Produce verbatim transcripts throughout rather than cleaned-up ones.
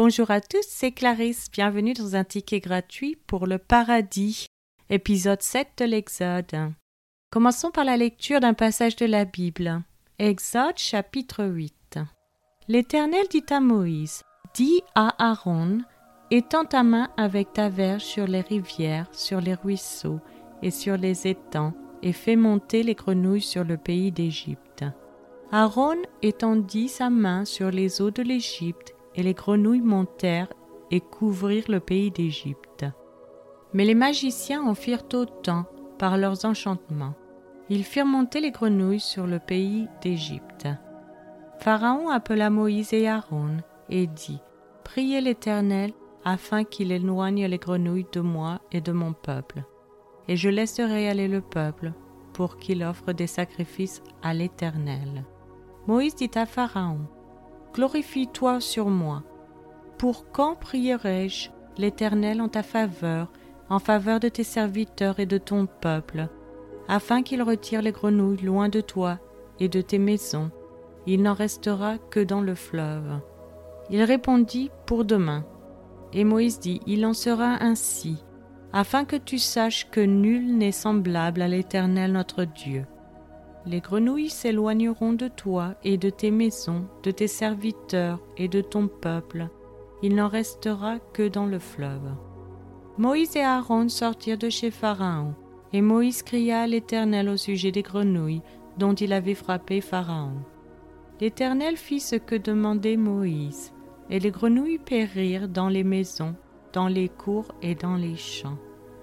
Bonjour à tous, c'est Clarisse. Bienvenue dans un ticket gratuit pour le paradis, épisode sept de l'Exode. Commençons par la lecture d'un passage de la Bible. Exode chapitre huit. L'Éternel dit à Moïse, « Dis à Aaron, étends ta main avec ta verge sur les rivières, sur les ruisseaux et sur les étangs, et fais monter les grenouilles sur le pays d'Égypte. » Aaron étendit sa main sur les eaux de l'Égypte, et les grenouilles montèrent et couvrirent le pays d'Égypte. Mais les magiciens en firent autant par leurs enchantements. Ils firent monter les grenouilles sur le pays d'Égypte. Pharaon appela Moïse et Aaron et dit, « Priez l'Éternel afin qu'il éloigne les grenouilles de moi et de mon peuple. Et je laisserai aller le peuple pour qu'il offre des sacrifices à l'Éternel. » Moïse dit à Pharaon, « Glorifie-toi sur moi. Pour quand prierai-je l'Éternel en ta faveur, en faveur de tes serviteurs et de ton peuple, afin qu'il retire les grenouilles loin de toi et de tes maisons? Il n'en restera que dans le fleuve. » Il répondit, « Pour demain. » Et Moïse dit, « Il en sera ainsi, afin que tu saches que nul n'est semblable à l'Éternel notre Dieu. Les grenouilles s'éloigneront de toi et de tes maisons, de tes serviteurs et de ton peuple. Il n'en restera que dans le fleuve. » Moïse et Aaron sortirent de chez Pharaon, et Moïse cria à l'Éternel au sujet des grenouilles dont il avait frappé Pharaon. L'Éternel fit ce que demandait Moïse, et les grenouilles périrent dans les maisons, dans les cours et dans les champs.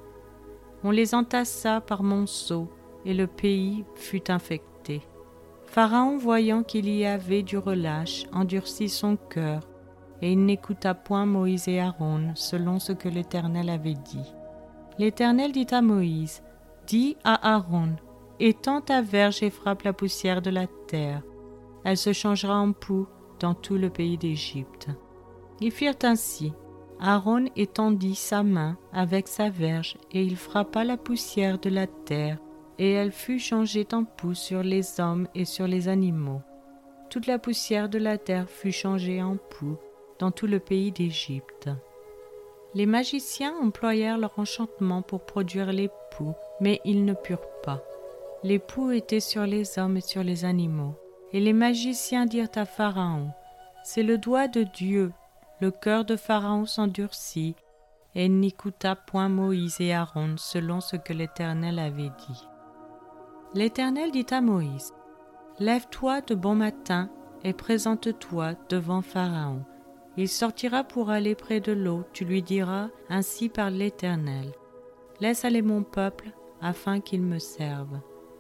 On les entassa par monceaux, et le pays fut infecté. Pharaon, voyant qu'il y avait du relâche, endurcit son cœur, et il n'écouta point Moïse et Aaron, selon ce que l'Éternel avait dit. L'Éternel dit à Moïse, « Dis à Aaron, étends ta verge et frappe la poussière de la terre. Elle se changera en poux dans tout le pays d'Égypte. » Ils firent ainsi. Aaron étendit sa main avec sa verge, et il frappa la poussière de la terre, et elle fut changée en poux sur les hommes et sur les animaux. Toute la poussière de la terre fut changée en poux dans tout le pays d'Égypte. Les magiciens employèrent leur enchantement pour produire les poux, mais ils ne purent pas. Les poux étaient sur les hommes et sur les animaux. Et les magiciens dirent à Pharaon, « C'est le doigt de Dieu. » Le cœur de Pharaon s'endurcit, et il n'écouta point Moïse et Aaron selon ce que l'Éternel avait dit. L'Éternel dit à Moïse, « Lève-toi de bon matin et présente-toi devant Pharaon. Il sortira pour aller près de l'eau, tu lui diras, ainsi parle l'Éternel. Laisse aller mon peuple, afin qu'il me serve.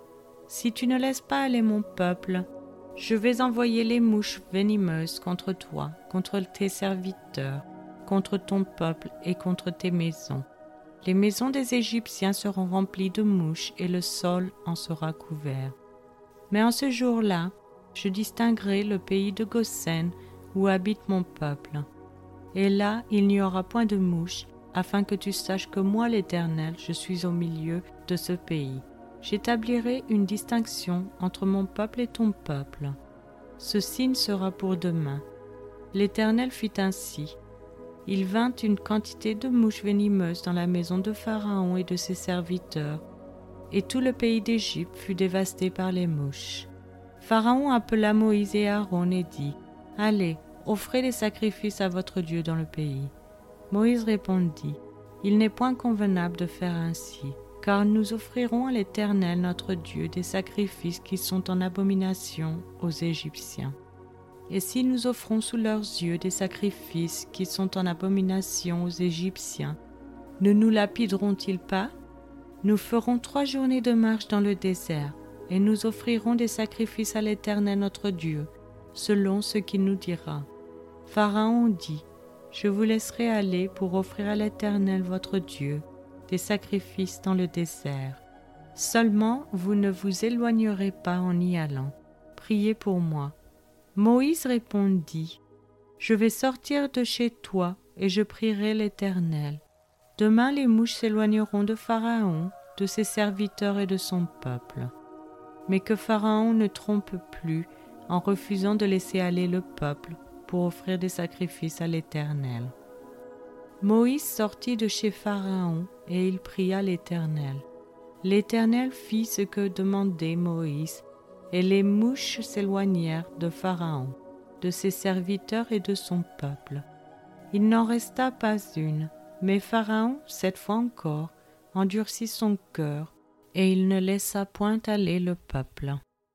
Si tu ne laisses pas aller mon peuple, je vais envoyer les mouches venimeuses contre toi, contre tes serviteurs, contre ton peuple et contre tes maisons. Les maisons des Égyptiens seront remplies de mouches et le sol en sera couvert. Mais en ce jour-là, je distinguerai le pays de Goshen où habite mon peuple. Et là, il n'y aura point de mouches, afin que tu saches que moi, l'Éternel, je suis au milieu de ce pays. J'établirai une distinction entre mon peuple et ton peuple. Ce signe sera pour demain. » L'Éternel fit ainsi. Il vint une quantité de mouches venimeuses dans la maison de Pharaon et de ses serviteurs, et tout le pays d'Égypte fut dévasté par les mouches. Pharaon appela Moïse et Aaron et dit, « Allez, offrez des sacrifices à votre Dieu dans le pays. » Moïse répondit, « Il n'est point convenable de faire ainsi, car nous offrirons à l'Éternel notre Dieu des sacrifices qui sont en abomination aux Égyptiens. Et si nous offrons sous leurs yeux des sacrifices qui sont en abomination aux Égyptiens, ne nous lapideront-ils pas? Nous ferons trois journées de marche dans le désert, et nous offrirons des sacrifices à l'Éternel notre Dieu, selon ce qu'il nous dira. » Pharaon dit, « Je vous laisserai aller pour offrir à l'Éternel votre Dieu des sacrifices dans le désert. Seulement, vous ne vous éloignerez pas en y allant. Priez pour moi. » Moïse répondit, « Je vais sortir de chez toi et je prierai l'Éternel. Demain les mouches s'éloigneront de Pharaon, de ses serviteurs et de son peuple. Mais que Pharaon ne trompe plus en refusant de laisser aller le peuple pour offrir des sacrifices à l'Éternel. Moïse sortit de chez Pharaon et il pria l'Éternel. L'Éternel fit ce que demandait Moïse, et les mouches s'éloignèrent de Pharaon, de ses serviteurs et de son peuple. Il n'en resta pas une, mais Pharaon, cette fois encore, endurcit son cœur, et il ne laissa point aller le peuple.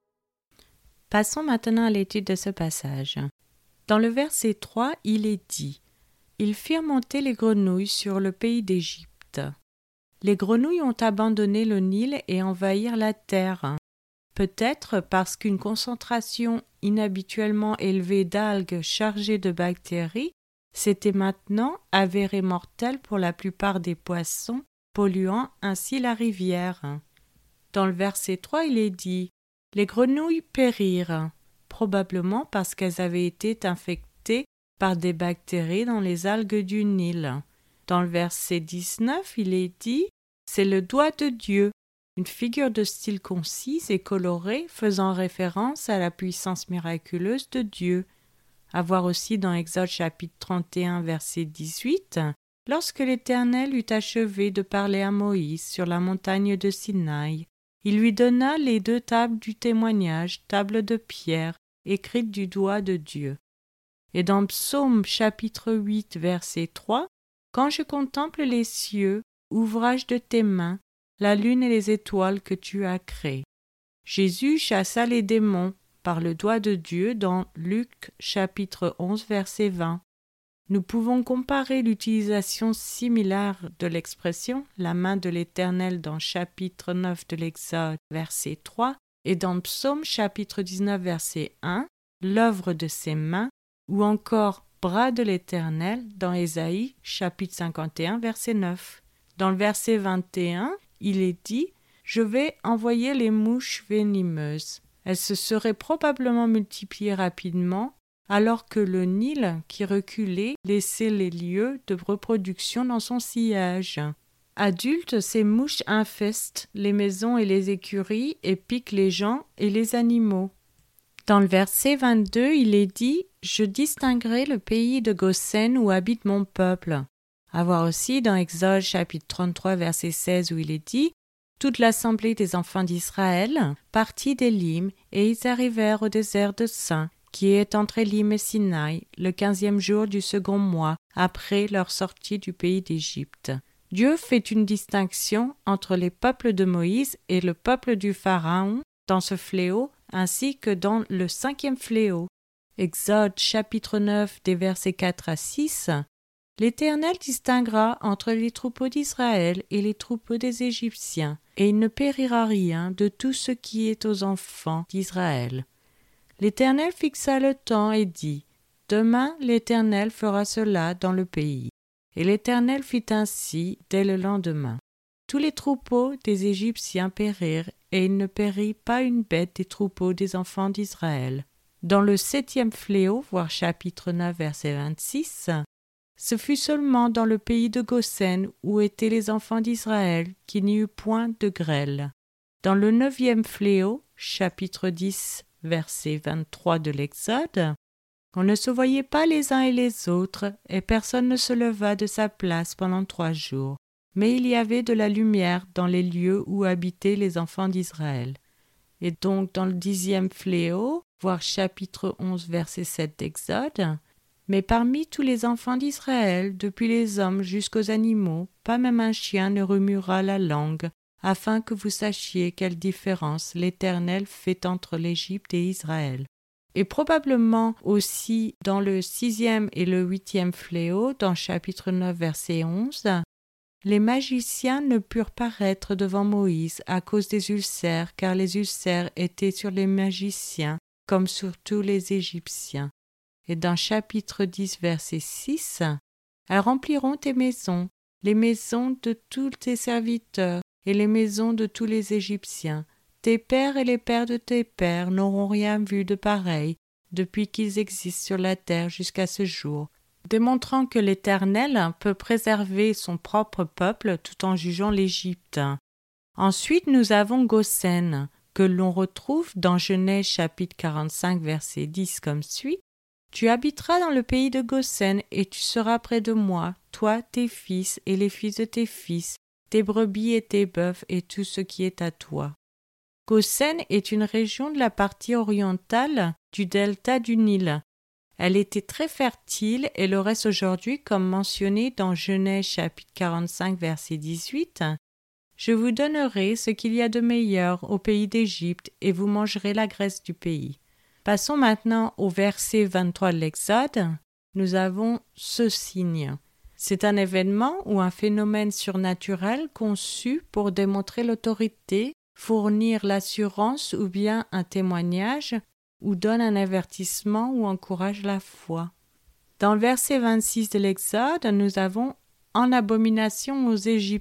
Passons maintenant à l'étude de ce passage. Dans le verset trois, il est dit « Ils firent monter les grenouilles sur le pays d'Égypte. » Les grenouilles ont abandonné le Nil et envahirent la terre. Peut-être parce qu'une concentration inhabituellement élevée d'algues chargées de bactéries s'était maintenant avérée mortelle pour la plupart des poissons, polluant ainsi la rivière. Dans le verset trois, il est dit « Les grenouilles périrent », probablement parce qu'elles avaient été infectées par des bactéries dans les algues du Nil. Dans le verset dix-neuf, il est dit « C'est le doigt de Dieu », une figure de style concise et colorée faisant référence à la puissance miraculeuse de Dieu. À voir aussi dans Exode chapitre trente et un, verset dix-huit, lorsque l'Éternel eut achevé de parler à Moïse sur la montagne de Sinaï, il lui donna les deux tables du témoignage, tables de pierre, écrites du doigt de Dieu. Et dans Psaume chapitre huit, verset trois, « Quand je contemple les cieux, ouvrage de tes mains, la lune et les étoiles que tu as créées. » Jésus chassa les démons par le doigt de Dieu dans Luc chapitre onze, verset vingt. Nous pouvons comparer l'utilisation similaire de l'expression « la main de l'Éternel » dans chapitre neuf de l'Exode, verset trois, et dans Psaume chapitre dix-neuf, verset un, « l'œuvre de ses mains » ou encore « bras de l'Éternel » dans Ésaïe chapitre cinquante et un, verset neuf. Dans le verset vingt et un, il est dit « Je vais envoyer les mouches venimeuses. Elles se seraient probablement multipliées rapidement, alors que le Nil, qui reculait, laissait les lieux de reproduction dans son sillage. Adultes, ces mouches infestent les maisons et les écuries et piquent les gens et les animaux. » Dans le verset vingt-deux, il est dit « Je distinguerai le pays de Goshen où habite mon peuple. » À voir aussi dans Exode chapitre trente-trois, verset seize, où il est dit « Toute l'assemblée des enfants d'Israël partit d'Élim, et ils arrivèrent au désert de Sin, qui est entre Élim et Sinaï, le quinzième jour du second mois, après leur sortie du pays d'Égypte. » Dieu fait une distinction entre les peuples de Moïse et le peuple du Pharaon dans ce fléau, ainsi que dans le cinquième fléau. Exode chapitre neuf, des versets quatre à six. L'Éternel distinguera entre les troupeaux d'Israël et les troupeaux des Égyptiens, et il ne périra rien de tout ce qui est aux enfants d'Israël. L'Éternel fixa le temps et dit « Demain l'Éternel fera cela dans le pays. » Et l'Éternel fit ainsi dès le lendemain. Tous les troupeaux des Égyptiens périrent, et il ne périt pas une bête des troupeaux des enfants d'Israël. Dans le septième fléau, voir chapitre neuf, verset vingt-six, ce fut seulement dans le pays de Goshen où étaient les enfants d'Israël qu'il n'y eut point de grêle. Dans le neuvième fléau, chapitre dix, verset vingt-trois de l'Exode, on ne se voyait pas les uns et les autres, et personne ne se leva de sa place pendant trois jours. Mais il y avait de la lumière dans les lieux où habitaient les enfants d'Israël. Et donc dans le dixième fléau, voir chapitre onze, verset sept d'Exode, « Mais parmi tous les enfants d'Israël, depuis les hommes jusqu'aux animaux, pas même un chien ne remuera la langue, afin que vous sachiez quelle différence l'Éternel fait entre l'Égypte et Israël. » Et probablement aussi dans le sixième et le huitième fléau, dans chapitre neuf, verset onze, les magiciens ne purent paraître devant Moïse à cause des ulcères, car les ulcères étaient sur les magiciens, comme sur tous les Égyptiens. Et dans chapitre dix, verset six, « Elles rempliront tes maisons, les maisons de tous tes serviteurs, et les maisons de tous les Égyptiens. Tes pères et les pères de tes pères n'auront rien vu de pareil depuis qu'ils existent sur la terre jusqu'à ce jour. » Démontrant que l'Éternel peut préserver son propre peuple tout en jugeant l'Égypte. Ensuite, nous avons Goshen, que l'on retrouve dans Genèse chapitre quarante-cinq, verset dix comme suit. « Tu habiteras dans le pays de Goshen, et tu seras près de moi, toi, tes fils, et les fils de tes fils, tes brebis et tes bœufs, et tout ce qui est à toi. Goshen est une région de la partie orientale du delta du Nil. Elle était très fertile et le reste aujourd'hui, comme mentionné dans Genèse chapitre quarante-cinq, verset dix-huit. Je vous donnerai ce qu'il y a de meilleur au pays d'Égypte, et vous mangerez la graisse du pays. Passons maintenant au verset vingt-trois de l'Exode. Nous avons ce signe. C'est un événement ou un phénomène surnaturel conçu pour démontrer l'autorité, fournir l'assurance ou bien un témoignage, ou donne un avertissement ou encourage la foi. Dans le verset vingt-six de l'Exode, nous avons « en abomination aux Égyptiens »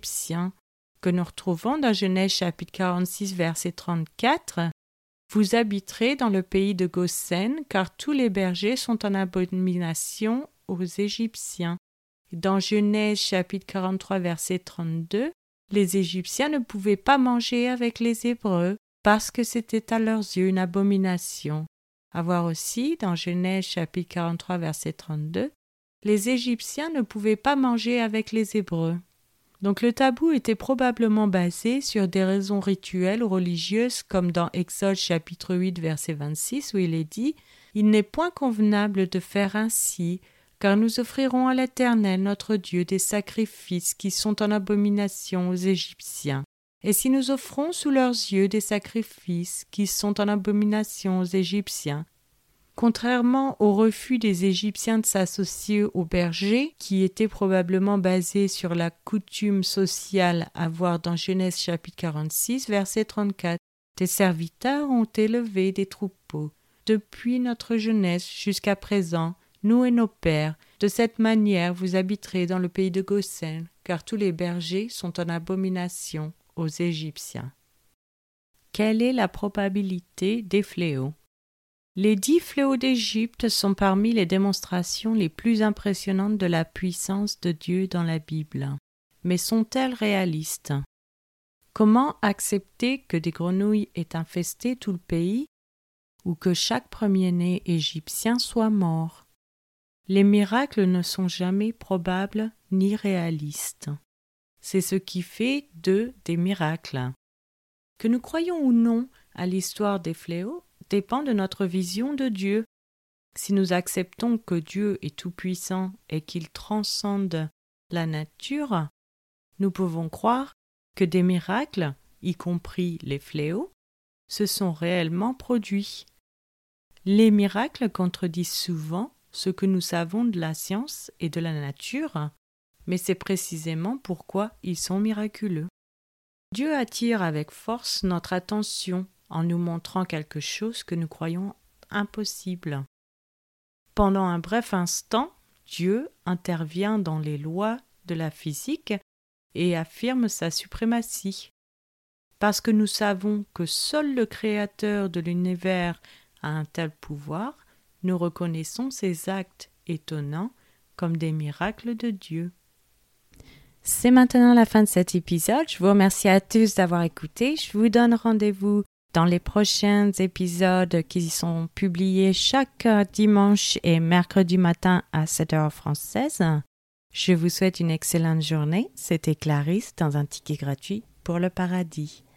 que nous retrouvons dans Genèse chapitre quarante-six, verset trente-quatre. Vous habiterez dans le pays de Goshen, car tous les bergers sont en abomination aux Égyptiens. Dans Genèse chapitre quarante-trois, verset trente-deux, les Égyptiens ne pouvaient pas manger avec les Hébreux parce que c'était à leurs yeux une abomination. À voir aussi dans Genèse chapitre quarante-trois, verset trente-deux, les Égyptiens ne pouvaient pas manger avec les Hébreux. Donc le tabou était probablement basé sur des raisons rituelles ou religieuses comme dans Exode chapitre huit verset vingt-six où il est dit « Il n'est point convenable de faire ainsi, car nous offrirons à l'Éternel notre Dieu des sacrifices qui sont en abomination aux Égyptiens. Et si nous offrons sous leurs yeux des sacrifices qui sont en abomination aux Égyptiens, contrairement au refus des Égyptiens de s'associer aux bergers, qui était probablement basé sur la coutume sociale à voir dans Genèse chapitre quarante-six, verset trente-quatre. Tes serviteurs ont élevé des troupeaux, depuis notre jeunesse jusqu'à présent, nous et nos pères. De cette manière, vous habiterez dans le pays de Goshen, car tous les bergers sont en abomination aux Égyptiens. Quelle est la probabilité des fléaux? Les dix fléaux d'Égypte sont parmi les démonstrations les plus impressionnantes de la puissance de Dieu dans la Bible. Mais sont-elles réalistes? Comment accepter que des grenouilles aient infesté tout le pays ou que chaque premier-né égyptien soit mort? Les miracles ne sont jamais probables ni réalistes. C'est ce qui fait d'eux des miracles. Que nous croyons ou non à l'histoire des fléaux dépend de notre vision de Dieu. Si nous acceptons que Dieu est tout-puissant et qu'il transcende la nature, nous pouvons croire que des miracles, y compris les fléaux, se sont réellement produits. Les miracles contredisent souvent ce que nous savons de la science et de la nature, mais c'est précisément pourquoi ils sont miraculeux. Dieu attire avec force notre attention en nous montrant quelque chose que nous croyons impossible. Pendant un bref instant, Dieu intervient dans les lois de la physique et affirme sa suprématie. Parce que nous savons que seul le Créateur de l'univers a un tel pouvoir, nous reconnaissons ces actes étonnants comme des miracles de Dieu. C'est maintenant la fin de cet épisode. Je vous remercie à tous d'avoir écouté. Je vous donne rendez-vous dans les prochains épisodes qui sont publiés chaque dimanche et mercredi matin à sept heures française. Je vous souhaite une excellente journée. C'était Clarisse dans un ticket gratuit pour le paradis.